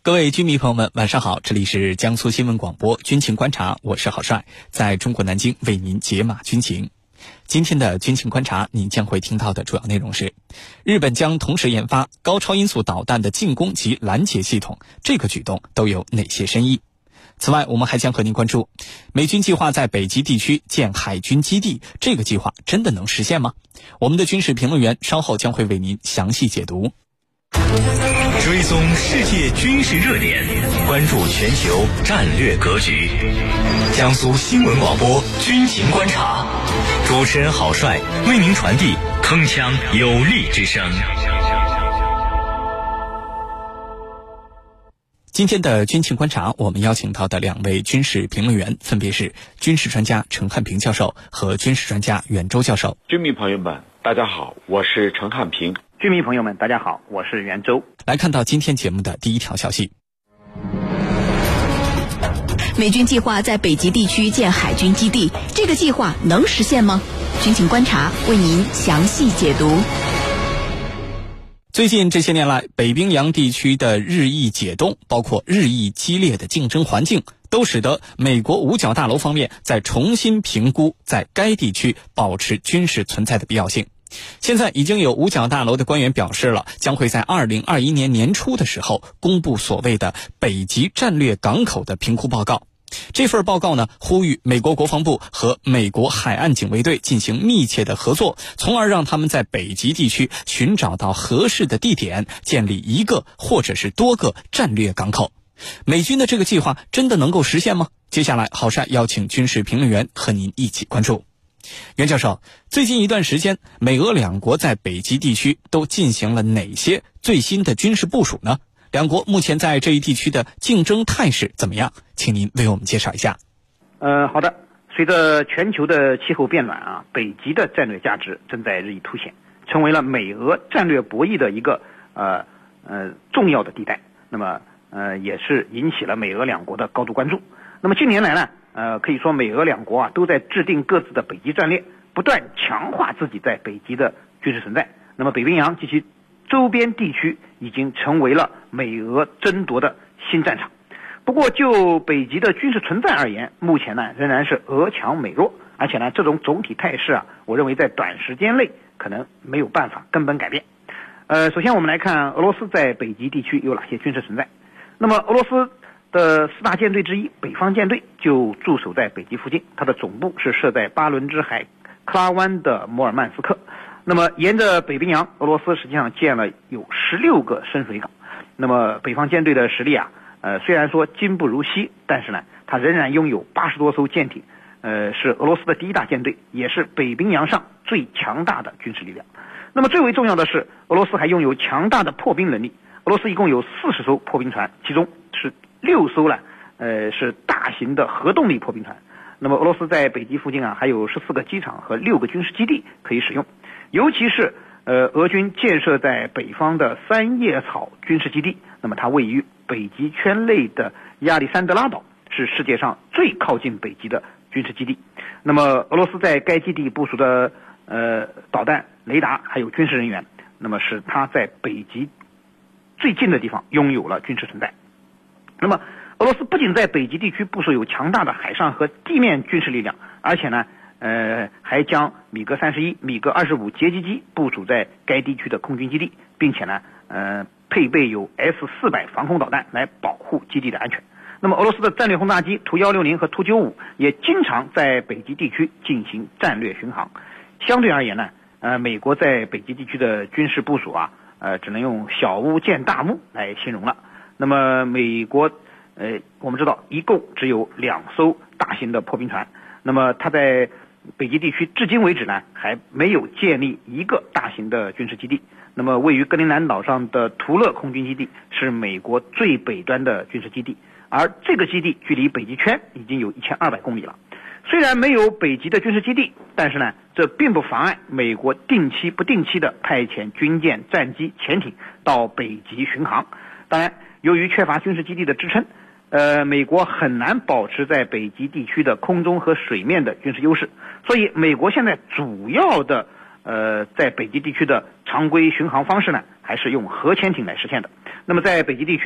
各位军迷朋友们，晚上好，这里是江苏新闻广播军情观察，我是郝帅，在中国南京为您解码军情。今天的军情观察，您将会听到的主要内容是：日本将同时研发高超音速导弹的进攻及拦截系统，这个举动都有哪些深意？此外，我们还将和您关注美军计划在北极地区建海军基地，这个计划真的能实现吗？我们的军事评论员稍后将会为您详细解读。 追踪世界军事热点，关注全球战略格局。江苏新闻广播军情观察，主持人郝帅为您传递铿锵有力之声。 今天的军情观察，我们邀请到的两位军事评论员分别是军事专家陈汉平教授和军事专家袁周教授。 军迷朋友们，大家好，我是陈汉平。 军迷朋友们，大家好，我是袁周。 来看到今天节目的第一条消息。 美军计划在北极地区建海军基地，这个计划能实现吗？军情观察为您详细解读。 最近这些年来，北冰洋地区的日益解冻，包括日益激烈的竞争环境，都使得美国五角大楼方面在重新评估在该地区保持军事存在的必要性。现在已经有五角大楼的官员表示了，将会在2021年年初的时候公布所谓的北极战略港口的评估报告。这份报告呢，呼吁美国国防部和美国海岸警卫队进行密切的合作，从而让他们在北极地区寻找到合适的地点，建立一个或者是多个战略港口。美军的这个计划真的能够实现吗？接下来郝帅邀请军事评论员和您一起关注。袁教授，最近一段时间，美俄两国在北极地区都进行了哪些最新的军事部署呢？两国目前在这一地区的竞争态势怎么样？请您为我们介绍一下。 好的。随着全球的气候变暖北极的战略价值正在日益凸显，成为了美俄战略博弈的一个重要的地带。那么也是引起了美俄两国的高度关注。那么近年来呢，可以说美俄两国都在制定各自的北极战略，不断强化自己在北极的军事存在。那么北冰洋及其周边地区已经成为了美俄争夺的新战场。不过就北极的军事存在而言，目前呢仍然是俄强美弱，而且呢这种总体态势我认为在短时间内可能没有办法根本改变。首先我们来看俄罗斯在北极地区有哪些军事存在。那么俄罗斯的四大舰队之一北方舰队就驻守在北极附近，它的总部是设在巴伦支海克拉湾的摩尔曼斯克。那么沿着北冰洋，俄罗斯实际上建了有16个深水港。那么北方舰队的实力虽然说今不如昔，但是呢它仍然拥有80多艘舰艇，是俄罗斯的第一大舰队，也是北冰洋上最强大的军事力量。那么最为重要的是，俄罗斯还拥有强大的破冰能力。俄罗斯一共有40艘破冰船，其中是6艘呢是大型的核动力破冰船。那么俄罗斯在北极附近还有14个机场和6个军事基地可以使用。尤其是俄军建设在北方的三叶草军事基地，那么它位于北极圈内的亚历山德拉岛，是世界上最靠近北极的军事基地。那么俄罗斯在该基地部署的导弹、雷达还有军事人员，那么使它在北极最近的地方拥有了军事存在。那么俄罗斯不仅在北极地区部署有强大的海上和地面军事力量，而且呢还将米格31、米格25截击机部署在该地区的空军基地，并且呢配备有 S-400防空导弹来保护基地的安全。那么俄罗斯的战略轰炸机图160和图95也经常在北极地区进行战略巡航。相对而言呢美国在北极地区的军事部署只能用小巫见大巫来形容了。那么美国我们知道一共只有2艘大型的破冰船，那么它在北极地区至今为止呢还没有建立一个大型的军事基地。那么位于格陵兰岛上的图勒空军基地是美国最北端的军事基地，而这个基地距离北极圈已经有1200公里了。虽然没有北极的军事基地，但是呢这并不妨碍美国定期不定期的派遣军舰、战机、潜艇到北极巡航。当然由于缺乏军事基地的支撑，美国很难保持在北极地区的空中和水面的军事优势，所以美国现在主要的在北极地区的常规巡航方式呢，还是用核潜艇来实现的。那么在北极地区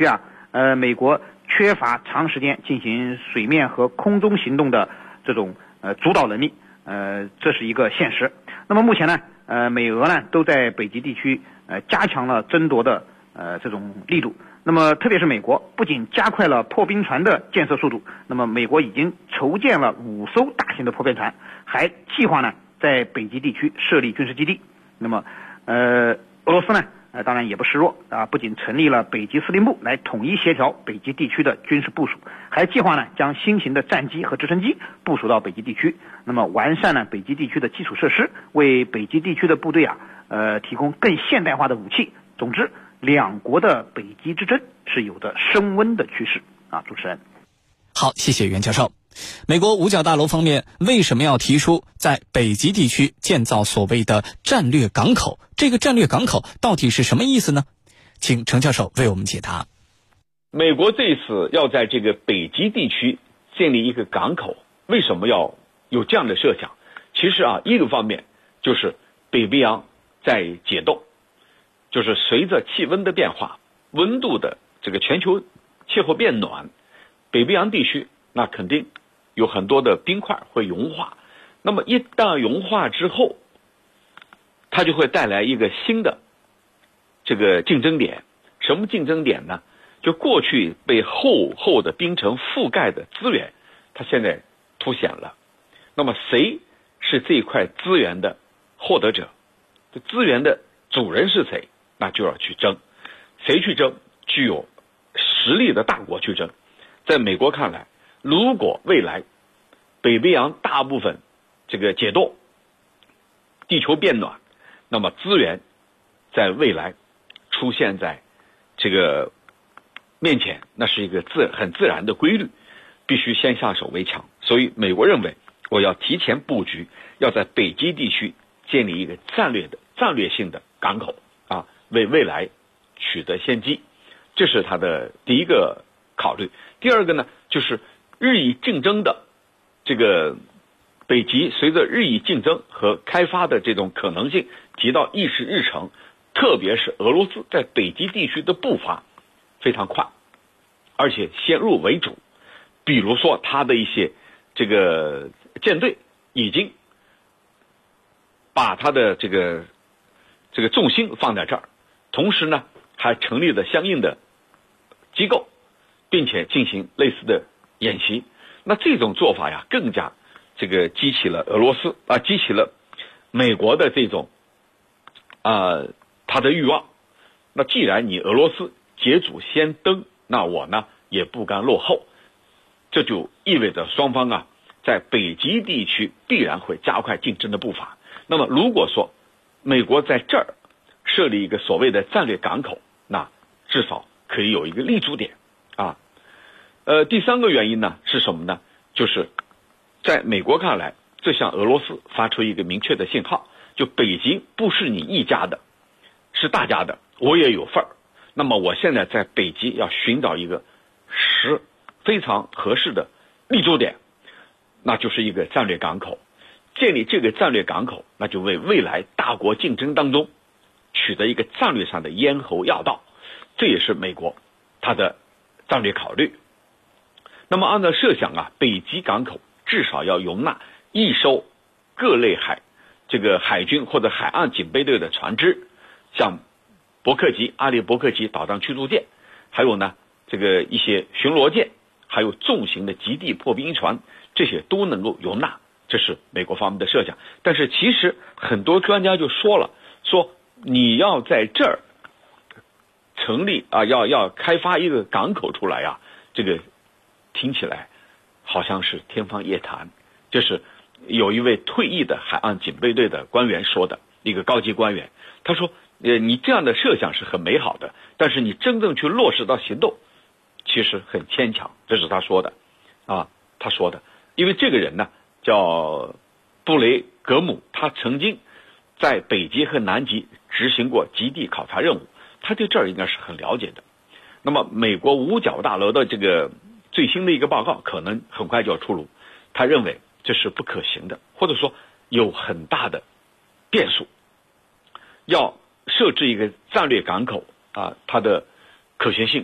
美国缺乏长时间进行水面和空中行动的这种主导能力，这是一个现实。那么目前呢，美俄呢都在北极地区加强了争夺的这种力度。那么特别是美国不仅加快了破冰船的建设速度，那么美国已经筹建了5艘大型的破冰船，还计划呢在北极地区设立军事基地。那么俄罗斯呢当然也不示弱啊，不仅成立了北极司令部来统一协调北极地区的军事部署，还计划呢将新型的战机和直升机部署到北极地区，那么完善了北极地区的基础设施，为北极地区的部队提供更现代化的武器。总之，两国的北极之争是有着升温的趋势啊。主持人， 好，谢谢袁教授。美国五角大楼方面为什么要提出在北极地区建造所谓的战略港口？这个战略港口到底是什么意思呢？请程教授为我们解答。 美国这一次要在这个北极地区建立一个港口，为什么要有这样的设想？其实一个方面就是北冰洋在解冻，就是随着气温的变化，温度的这个全球气候变暖，北冰洋地区那肯定有很多的冰块会融化，那么一旦融化之后，它就会带来一个新的这个竞争点。什么竞争点呢？就过去被厚厚的冰层覆盖的资源，它现在凸显了。那么谁是这块资源的获得者？这资源的主人是谁？那就要去争。谁去争？具有实力的大国去争。在美国看来，如果未来北冰洋大部分这个解冻，地球变暖，那么资源在未来出现在这个面前，那是一个很自然的规律，必须先下手为强。所以美国认为，我要提前布局，要在北极地区建立一个战略性的港口为未来取得先机，这是他的第一个考虑。第二个呢，就是日益竞争的这个北极，随着日益竞争和开发的这种可能性提到议事日程，特别是俄罗斯在北极地区的步伐非常快，而且先入为主。比如说他的一些这个舰队已经把他的这个重心放在这儿，同时呢还成立了相应的机构，并且进行类似的演习。那这种做法呀，更加这个激起了俄罗斯激起了美国的这种他的欲望。那既然你俄罗斯捷足先登，那我呢也不甘落后。这就意味着双方在北极地区必然会加快竞争的步伐。那么如果说美国在这儿设立一个所谓的战略港口，那至少可以有一个立足点第三个原因呢是什么呢？就是在美国看来，这向俄罗斯发出一个明确的信号，就北极不是你一家的，是大家的，我也有份儿。那么我现在在北极要寻找一个非常合适的立足点，那就是一个战略港口。建立这个战略港口，那就为未来大国竞争当中取得一个战略上的咽喉要道，这也是美国它的战略考虑。那么按照设想北极港口至少要容纳1艘各类海军或者海岸警备队的船只，像阿利伯克级导弹驱逐舰，还有呢这个一些巡逻舰，还有重型的极地破冰船，这些都能够容纳，这是美国方面的设想。但是其实很多专家就说了，说你要在这儿成立要开发一个港口出来这个听起来好像是天方夜谭。这是有一位退役的海岸警备队的官员说的，一个高级官员，他说你这样的设想是很美好的，但是你真正去落实到行动其实很牵强，这是他说的因为这个人呢叫布雷格姆，他曾经在北极和南极执行过极地考察任务，他对这儿应该是很了解的。那么美国五角大楼的这个最新的一个报告可能很快就要出炉，他认为这是不可行的，或者说有很大的变数。要设置一个战略港口它的可行性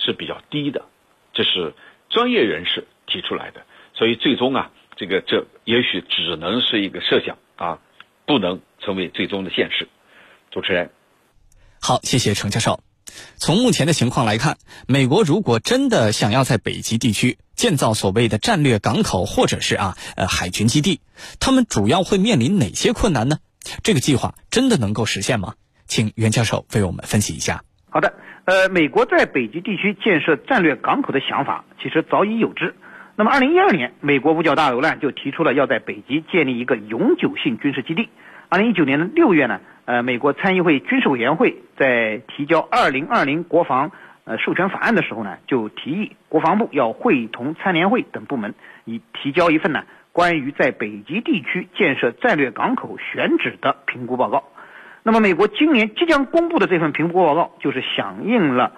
是比较低的，这是专业人士提出来的。所以最终啊，这也许只能是一个设想啊，不能成为最终的现实。主持人， 好，谢谢程教授。从目前的情况来看，美国如果真的想要在北极地区建造所谓的战略港口或者是海军基地，他们主要会面临哪些困难呢？这个计划真的能够实现吗？请袁教授为我们分析一下。 好的，美国在北极地区建设战略港口的想法其实早已有之。那么2012年，美国五角大楼呢就提出了要在北极建立一个永久性军事基地。2019年的6月呢，美国参议会军事委员会在提交2020国防授权法案的时候呢，就提议国防部要会同参联会等部门，以提交一份呢关于在北极地区建设战略港口选址的评估报告。那么美国今年即将公布的这份评估报告，就是响应了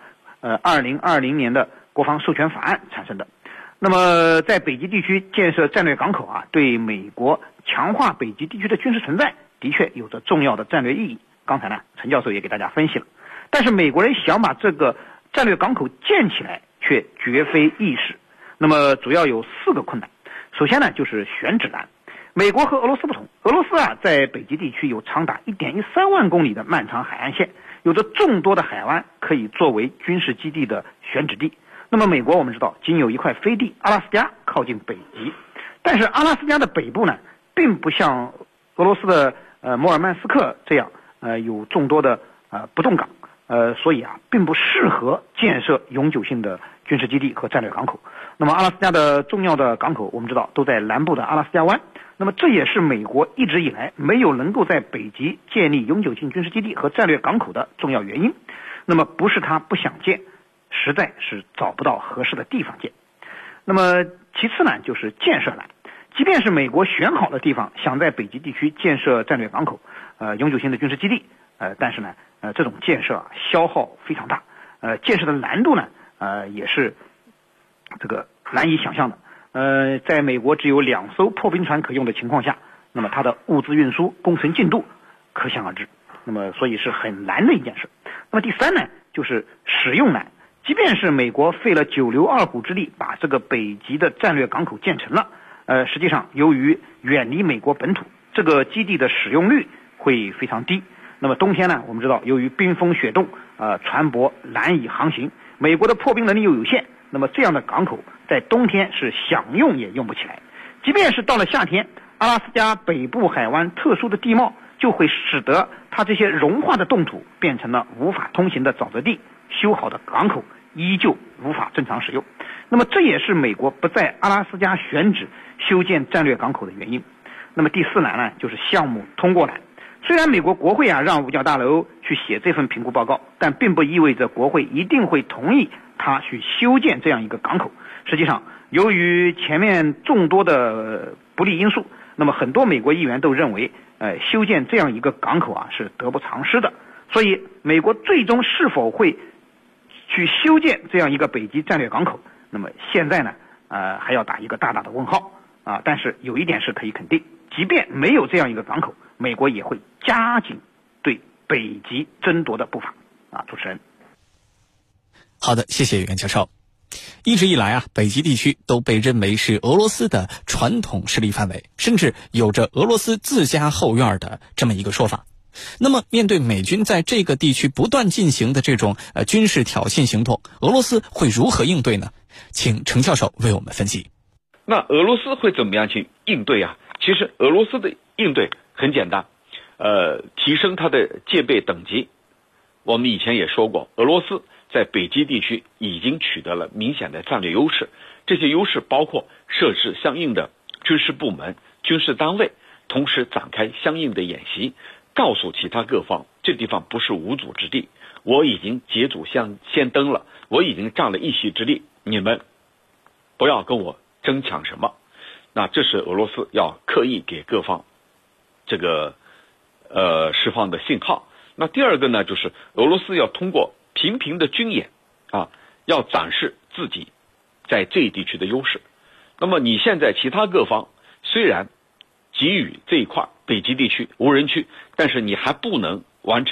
2020年的国防授权法案产生的。那么在北极地区建设战略港口啊，对美国强化北极地区的军事存在的确有着重要的战略意义。刚才呢，陈教授也给大家分析了。但是美国人想把这个战略港口建起来，却绝非易事。那么主要有4个困难。首先呢，就是选址难。美国和俄罗斯不同，俄罗斯在北极地区有长达1.13万公里的漫长海岸线，有着众多的海湾可以作为军事基地的选址地。那么美国我们知道仅有一块飞地阿拉斯加靠近北极，但是阿拉斯加的北部呢，并不像俄罗斯的摩尔曼斯克这样有众多的不动港，所以并不适合建设永久性的军事基地和战略港口。那么阿拉斯加的重要的港口我们知道都在南部的阿拉斯加湾，那么这也是美国一直以来没有能够在北极建立永久性军事基地和战略港口的重要原因。那么不是他不想建，实在是找不到合适的地方建。那么其次呢，就是建设难。即便是美国选好了地方，想在北极地区建设战略港口、永久性的军事基地，但是呢，这种建设消耗非常大，建设的难度呢，也是这个难以想象的。在美国只有2艘破冰船可用的情况下，那么它的物资运输工程进度可想而知。那么所以是很难的一件事。那么第3呢，就是使用难。即便是美国费了9牛2虎之力把这个北极的战略港口建成了，实际上由于远离美国本土，这个基地的使用率会非常低。那么冬天呢，我们知道由于冰封雪冻，船舶难以航行，美国的破冰能力又有限，那么这样的港口在冬天是想用也用不起来。即便是到了夏天，阿拉斯加北部海湾特殊的地貌就会使得它这些融化的冻土变成了无法通行的沼泽地，修好的港口依旧无法正常使用。那么这也是美国不在阿拉斯加选址修建战略港口的原因。那么第4难呢，就是项目通过难。虽然美国国会让五角大楼去写这份评估报告，但并不意味着国会一定会同意他去修建这样一个港口。实际上，由于前面众多的不利因素，那么很多美国议员都认为，修建这样一个港口是得不偿失的。所以，美国最终是否会去修建这样一个北极战略港口，那么现在呢，还要打一个大大的问号啊。但是有一点是可以肯定，即便没有这样一个港口，美国也会加紧对北极争夺的步伐啊。主持人， 好的，谢谢袁教授。一直以来北极地区都被认为是俄罗斯的传统势力范围，甚至有着俄罗斯自家后院的这么一个说法。那么面对美军在这个地区不断进行的这种军事挑衅行动，俄罗斯会如何应对呢？请程教授为我们分析。 那俄罗斯会怎么样去应对其实俄罗斯的应对很简单，提升它的戒备等级。我们以前也说过，俄罗斯在北极地区已经取得了明显的战略优势，这些优势包括设置相应的军事部门、军事单位，同时展开相应的演习，告诉其他各方，这地方不是无主之地，我已经捷足先登了，我已经占了一席之地，你们不要跟我争抢什么。那这是俄罗斯要刻意给各方这个释放的信号。那第二个呢，就是俄罗斯要通过频频的军演要展示自己在这一地区的优势。那么你现在其他各方虽然给予这一块北极地区无人区，但是你还不能完成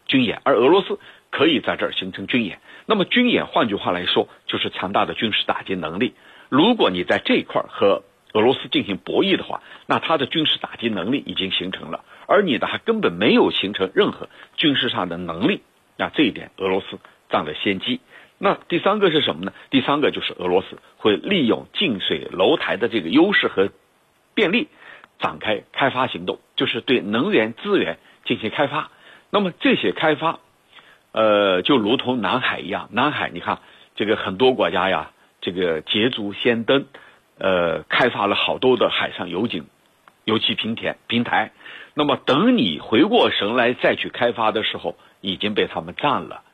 军演，而俄罗斯可以在这儿形成军演。那么军演换句话来说就是强大的军事打击能力。如果你在这一块和俄罗斯进行博弈的话，那它的军事打击能力已经形成了，而你的还根本没有形成任何军事上的能力，那这一点俄罗斯占了先机。那第三个是什么呢？第三个就是俄罗斯会利用近水楼台的这个优势和便利，展开开发行动，就是对能源资源进行开发。那么这些开发就如同南海一样，南海你看这个很多国家呀，这个捷足先登，开发了好多的海上油井、油气平台。那么等你回过神来再去开发的时候，已经被他们占了。